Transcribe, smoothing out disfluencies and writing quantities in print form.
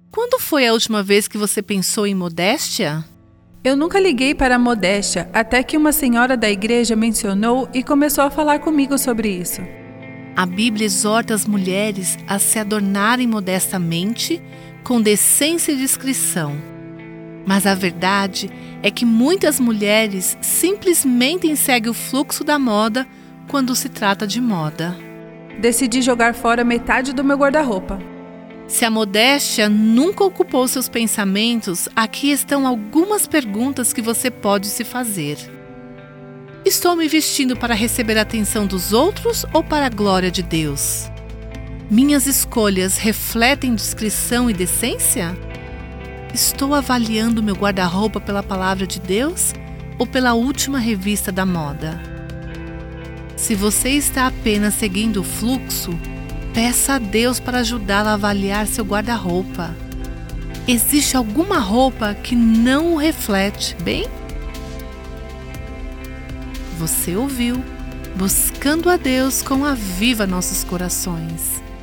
Quando foi a última vez que você pensou em modéstia? Eu nunca liguei para a modéstia, até que uma senhora da igreja mencionou e começou a falar comigo sobre isso. A Bíblia exorta as mulheres a se adornarem modestamente, com decência e discrição. Mas a verdade é que muitas mulheres simplesmente seguem o fluxo da moda quando se trata de moda. Decidi jogar fora metade do meu guarda-roupa. Se a modéstia nunca ocupou seus pensamentos, aqui estão algumas perguntas que você pode se fazer. Estou me vestindo para receber a atenção dos outros ou para a glória de Deus? Minhas escolhas refletem discrição e decência? Estou avaliando meu guarda-roupa pela palavra de Deus ou pela última revista da moda? Se você está apenas seguindo o fluxo, peça a Deus para ajudá-la a avaliar seu guarda-roupa. Existe alguma roupa que não o reflete bem? Você ouviu Buscando a Deus com Aviva Nossos Corações.